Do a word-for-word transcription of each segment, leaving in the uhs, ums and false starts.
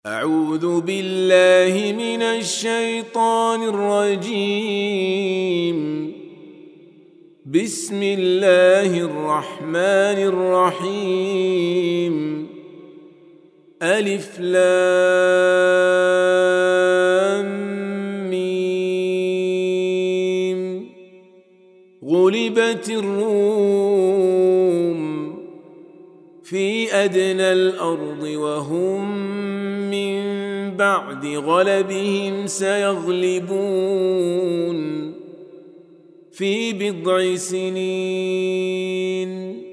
أعوذ بالله من الشيطان الرجيم. بسم الله الرحمن الرحيم. ألف لام ميم. غلبت الروم في أدنى الأرض وهم من بعد غلبهم سيغلبون في بضع سنين.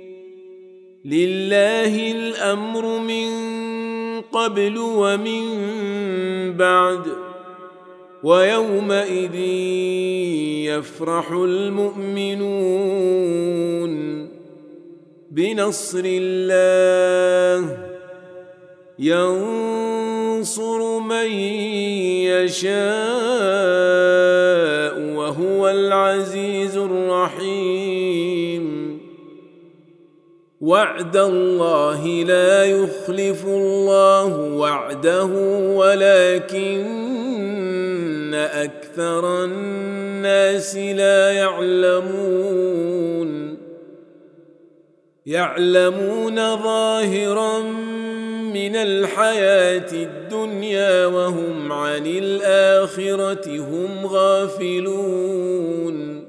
لله الأمر من قبل ومن بعد ويومئذ يفرح المؤمنون بنصر الله ينصر من يشاء وهو العزيز الرحيم. وعد الله لا يخلف الله وعده ولكن أكثر الناس لا يعلمون. يعلمون ظاهرا من الحياة الدنيا وهم عن الآخرة هم غافلون.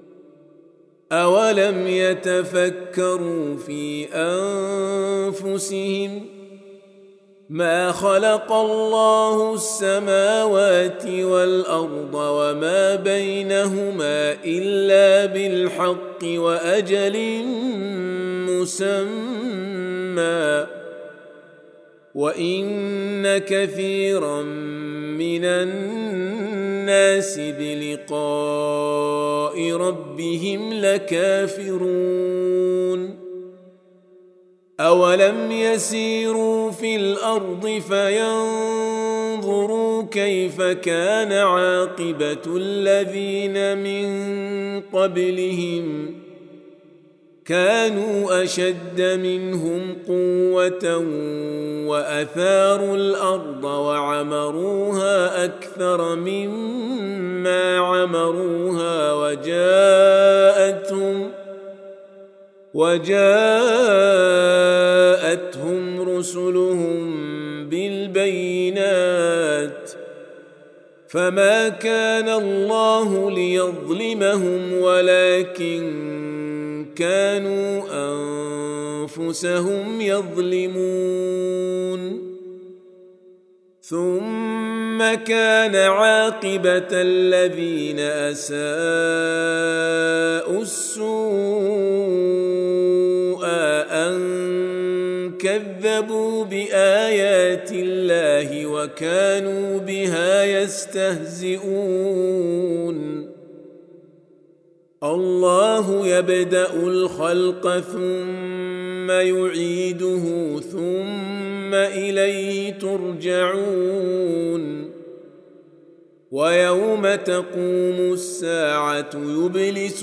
أولم يتفكروا في أنفسهم ما خلق الله السماوات والأرض وما بينهما إلا بالحق وأجل مسمى وإن كثيرا من الناس بلقاء ربهم لكافرون. أولم يسيروا في الأرض فينظروا كيف كان عاقبة الذين من قبلهم كانوا أشد منهم قوة وأثاروا الأرض وعمروها أكثر مما عمروها وجاءتهم وجاءتهم رسلهم بالبينات فما كان الله ليظلمهم ولكن كانوا أنفسهم يظلمون. ثم كان عاقبة الذين أساءوا السوء أن كذبوا بآيات الله وكانوا بها يستهزئون. الله يبدأ الخلق ثم يعيده ثم إليه ترجعون. ويوم تقوم الساعة يبلس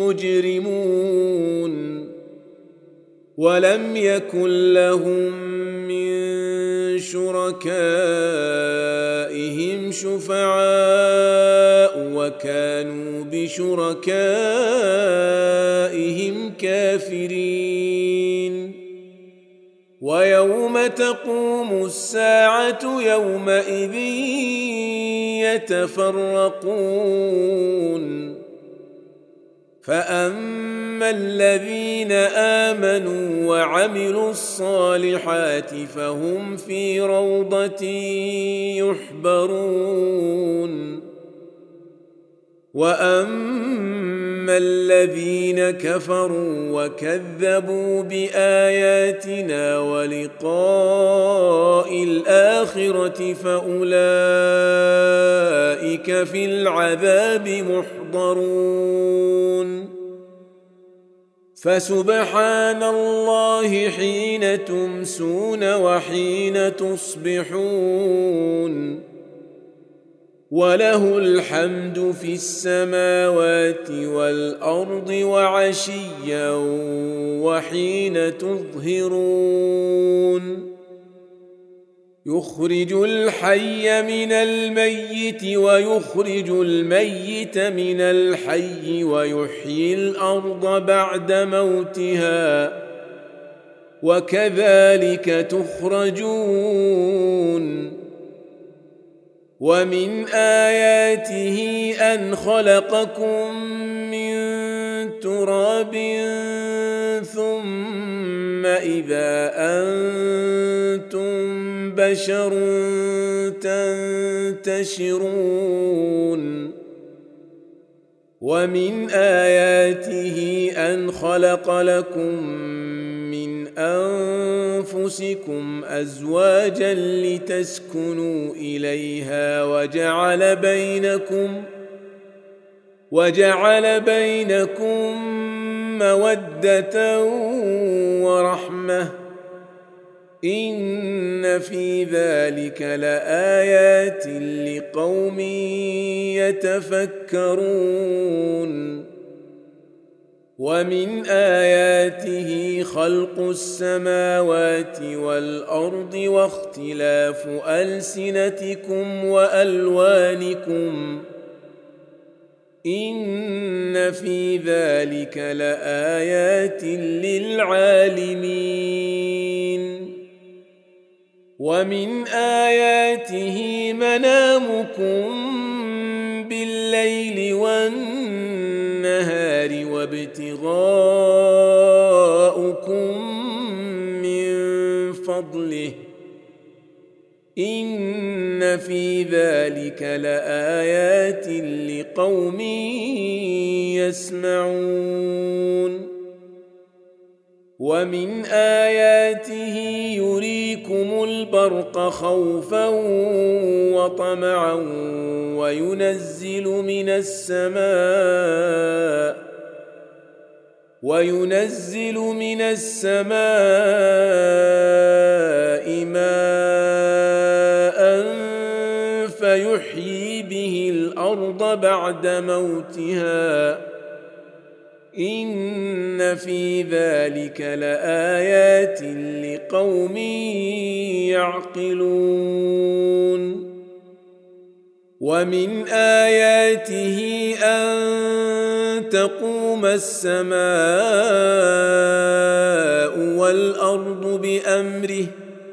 المجرمون ولم يكن لهم من شركائهم شفعاء وكانوا بشركائهم كافرين. ويوم تقوم الساعة يومئذ يتفرقون. فأما الذين آمنوا وعملوا الصالحات فهم في روضة يحبرون. وأما الذين كفروا وكذبوا بآياتنا ولقاء الآخرة فأولئك في العذاب محضرون. فسبحان الله حين تمسون وحين تصبحون وله الحمد في السماوات والأرض وعشيا وحين تظهرون يخرج الحي من الميت ويخرج الميت من الحي ويحيي الأرض بعد موتها وكذلك تخرجون ومن آياته أن خلقكم من تراب ثم إذا أنتم بشر تنتشرون ومن آياته أن خلق لكم من أنفسكم أزواجا لتسكنوا إليها وجعل بينكم وجعل بينكم مودة ورحمة إن في ذلك لآيات لقوم يتفكرون ومن آياته خلق السماوات والأرض واختلاف ألسنتكم وألوانكم إن في ذلك لآيات للعالمين ومن آياته منامكم بالليل والنهار وابتغاؤكم من فضله إن في ذلك لآيات لقوم يسمعون ومن آياته يريكم البرق خوفا وطمعا وينزل من السماء وينزل من السماء ماء فيحيي به الأرض بعد موتها إن في ذلك لآيات لقوم يعقلون ومن آياته أن تقوم السماء والأرض بأمره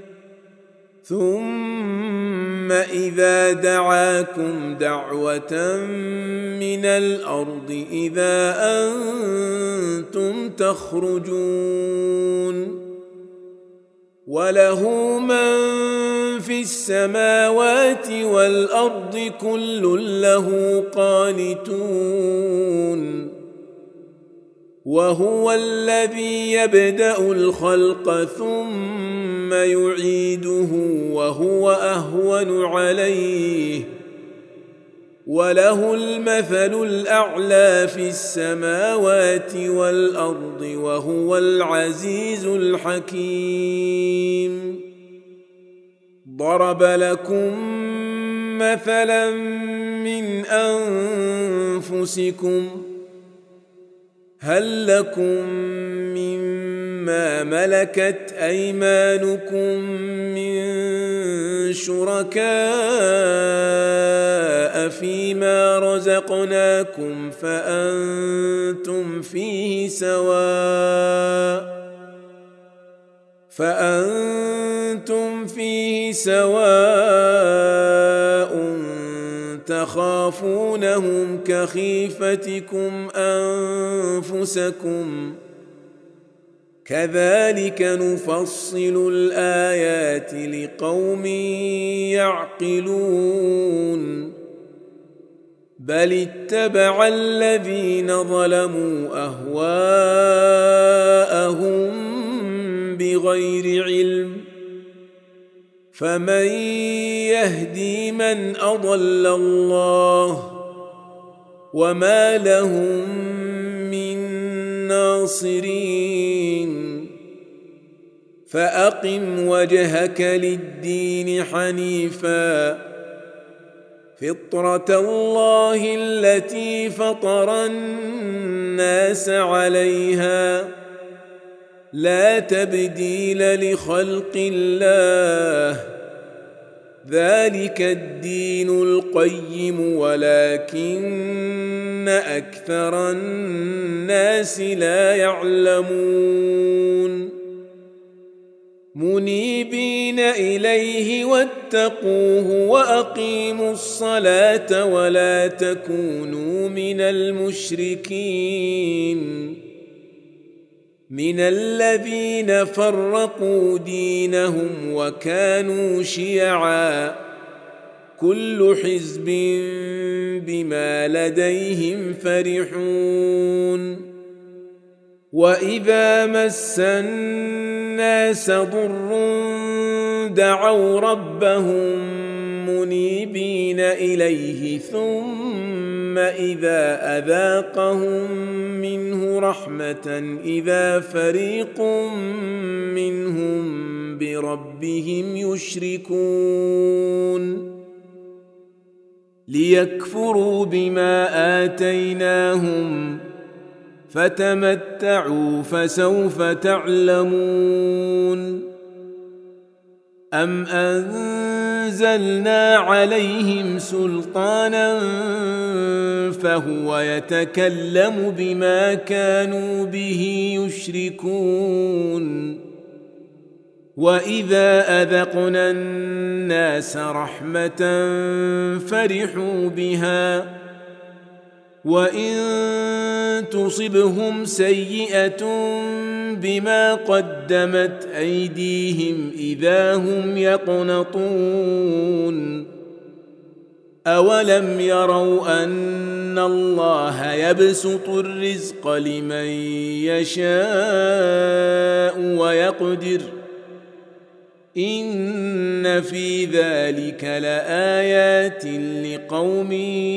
ثم إذا دعاكم دعوة من الأرض إذا أنتم تخرجون وله من في السماوات والأرض كل له قانتون وهو الذي يبدأ الخلق ثم يعيده وهو أهون عليه وله المثل الأعلى في السماوات والأرض وهو العزيز الحكيم ضرب لكم مثلا من أنفسكم هل لكم مما ملكت أيمانكم من شركاء فيما رزقناكم فأنتم فيه سواء فأنتم فيه سواء تخافونهم كخيفتكم أنفسكم كذلك نفصل الآيات لقوم يعقلون بل اتبع الذين ظلموا أهواءهم بغير علم فمن يهدي من أضل الله وما لهم من ناصرين فأقم وجهك للدين حنيفا فطرة الله التي فطر الناس عليها لا تبديل لخلق الله ذلك الدين القيم ولكن أكثر الناس لا يعلمون منيبين إليه واتقوه وأقيموا الصلاة ولا تكونوا من المشركين من الذين فرقوا دينهم وكانوا شيعا كل حزب بما لديهم فرحون وإذا مس الناس ضر دعوا ربهم منيبين إليه ثم إذا أذاقهم منه رحمة إذا فريق منهم بربهم يشركون ليكفروا بما آتيناهم فتمتعوا فسوف تعلمون أم أنزلنا عليهم سلطانا فهو يتكلم بما كانوا به يشركون وإذا أذقنا الناس رحمة فرحوا بها وإن تصبهم سيئة بما قدمت أيديهم إذا هم يقنطون أولم يروا أن الله يبسط الرزق لمن يشاء ويقدر إن في ذلك لآيات لقوم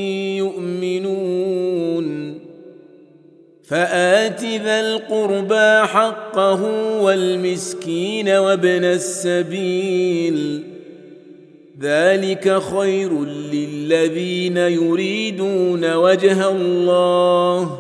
يؤمنون فآت ذا القربى حقه والمسكين وابن السبيل ذلك خير للذين يريدون وجه الله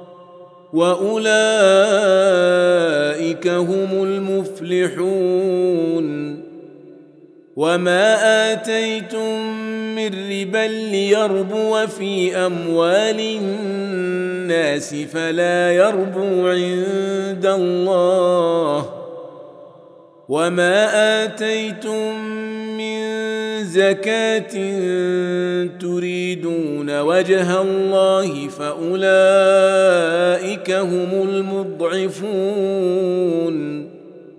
وأولئك هم المفلحون وما آتيتم من ربا ليربو في أموال الناس فلا يربو عند الله وما آتيتم من زكاة تريدون وجه الله فأولئك هم المضعفون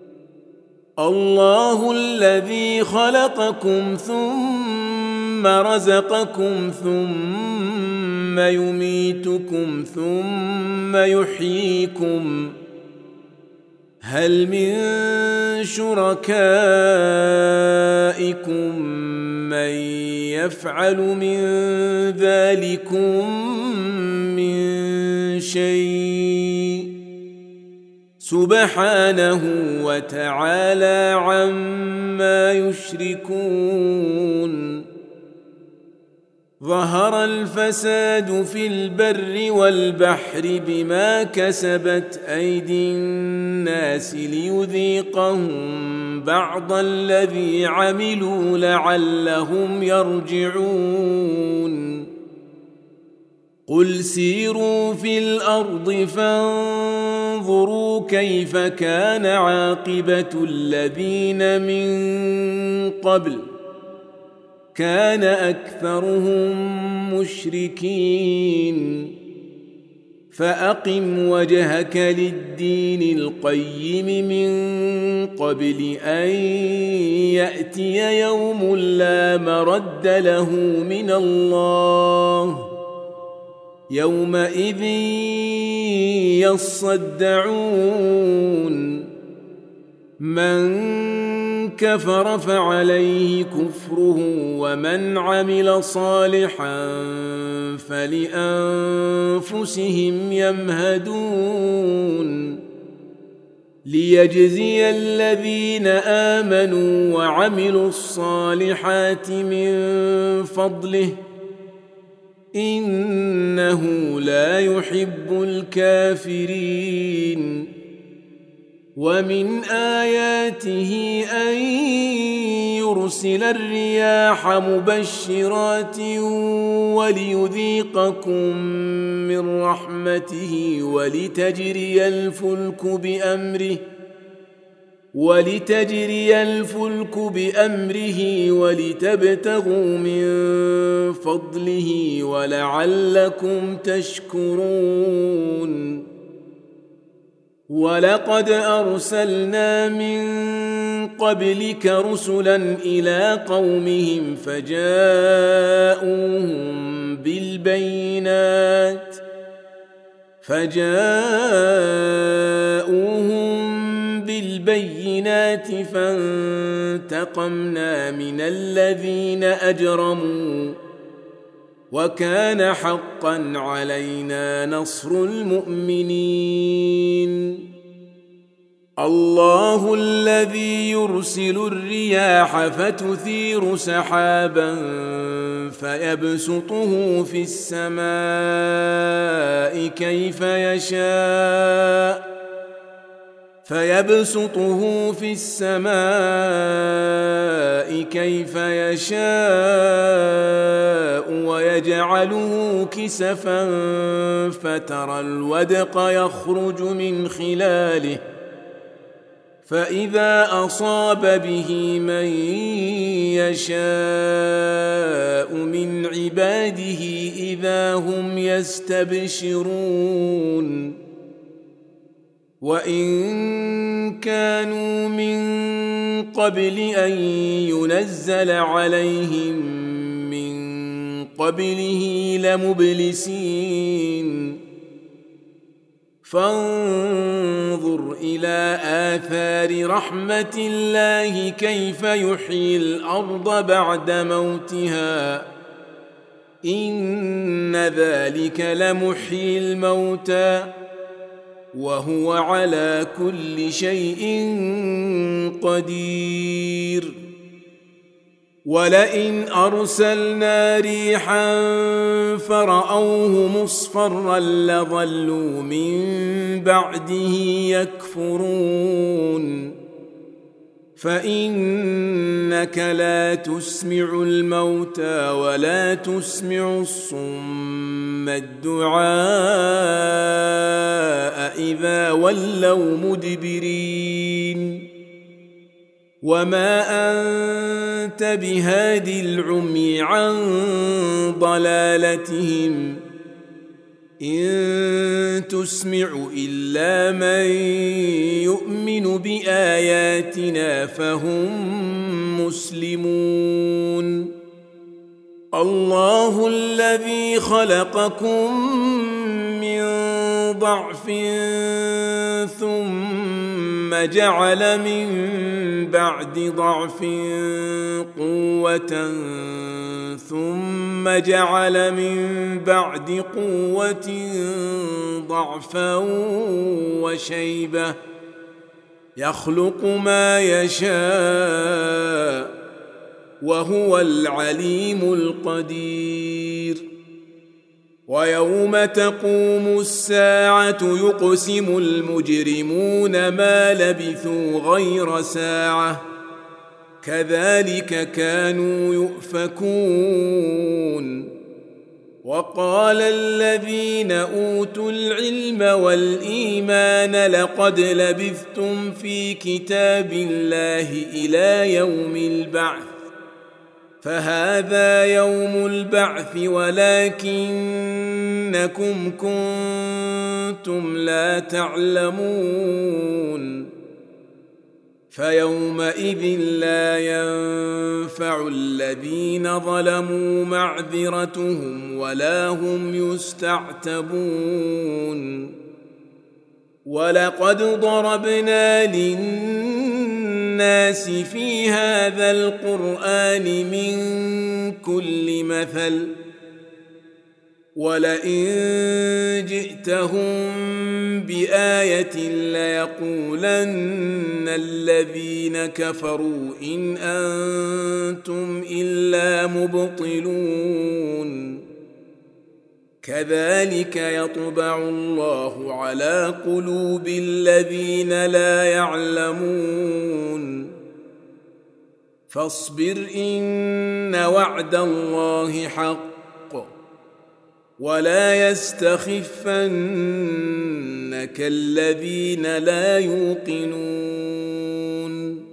الله الذي خلقكم ثم رزقكم ثم يميتكم ثم يحييكم هل من شركائكم من يفعل من ذلكم من شيء سبحانه وتعالى عما يشركون ظهر الفساد في البر والبحر بما كسبت أيدي الناس ليذيقهم بعض الذي عملوا لعلهم يرجعون قل سيروا في الأرض فانظروا كيف كان عاقبة الذين من قبل كان أكثرهم مشركين فأقم وجهك للدين القيم من قبل أن يأتي يوم لا مرد له من الله يومئذ يصدعون من كفر فعليه كفره ومن عمل صالحا فلأنفسهم يمهدون ليجزي الذين آمنوا وعملوا الصالحات من فضله إنه لا يحب الكافرين ومن آياته أن يرسل الرياح مبشرات وليذيقكم من رحمته ولتجري الفلك بأمره ولتجري الفلك بأمره ولتبتغوا من فضله ولعلكم تشكرون ولقد أرسلنا من قبلك رسلا إلى قومهم فجاءوهم بالبينات فجاءوهم بالبينات فانتقمنا من الذين أجرموا وكان حقا علينا نصر المؤمنين الله الذي يرسل الرياح فتثير سحابا فيبسطه في السماء كيف يشاء فيبسطه في السماء كيف يشاء ويجعله كسفا فترى الودق يخرج من خلاله فإذا أصاب به من يشاء من عباده إذا هم يستبشرون وإن كانوا من قبل أن ينزل عليهم من قبله لمبلسين فانظر إلى آثار رحمة الله كيف يحيي الأرض بعد موتها إن ذلك لمحيي الموتى وهو على كل شيء قدير ولئن أرسلنا ريحا فرأوه مصفرا لظلوا من بعده يكفرون فإنك لا تسمع الموتى ولا تسمع الصم الدعاء إذا ولوا مدبرين وما أنت بهادي العمي عن ضلالتهم إن تسمع إلا من يؤمن بآياتنا فهم مسلمون الله الذي خلقكم من ضعف ثم جعل من بعد ضعف قوة ثم جعل من بعد قوة ضعفا وشيبة يخلق ما يشاء وهو العليم القدير ويوم تقوم الساعة يقسم المجرمون ما لبثوا غير ساعة كذلك كانوا يؤفكون وقال الذين أوتوا العلم والإيمان لقد لبثتم في كتاب الله إلى يوم البعث فهذا يوم البعث ولكنكم كنتم لا تعلمون فيومئذ لا ينفع الذين ظلموا معذرتهم ولا هم يستعتبون ولقد ضربنا للناس في هذا القرآن من كل مثل ولئن جئتهم بآية ليقولن الذين كفروا إن أنتم إلا مبطلون كذلك يطبع الله على قلوب الذين لا يعلمون فاصبر إن وعد الله حق ولا يستخفنك الذين لا يوقنون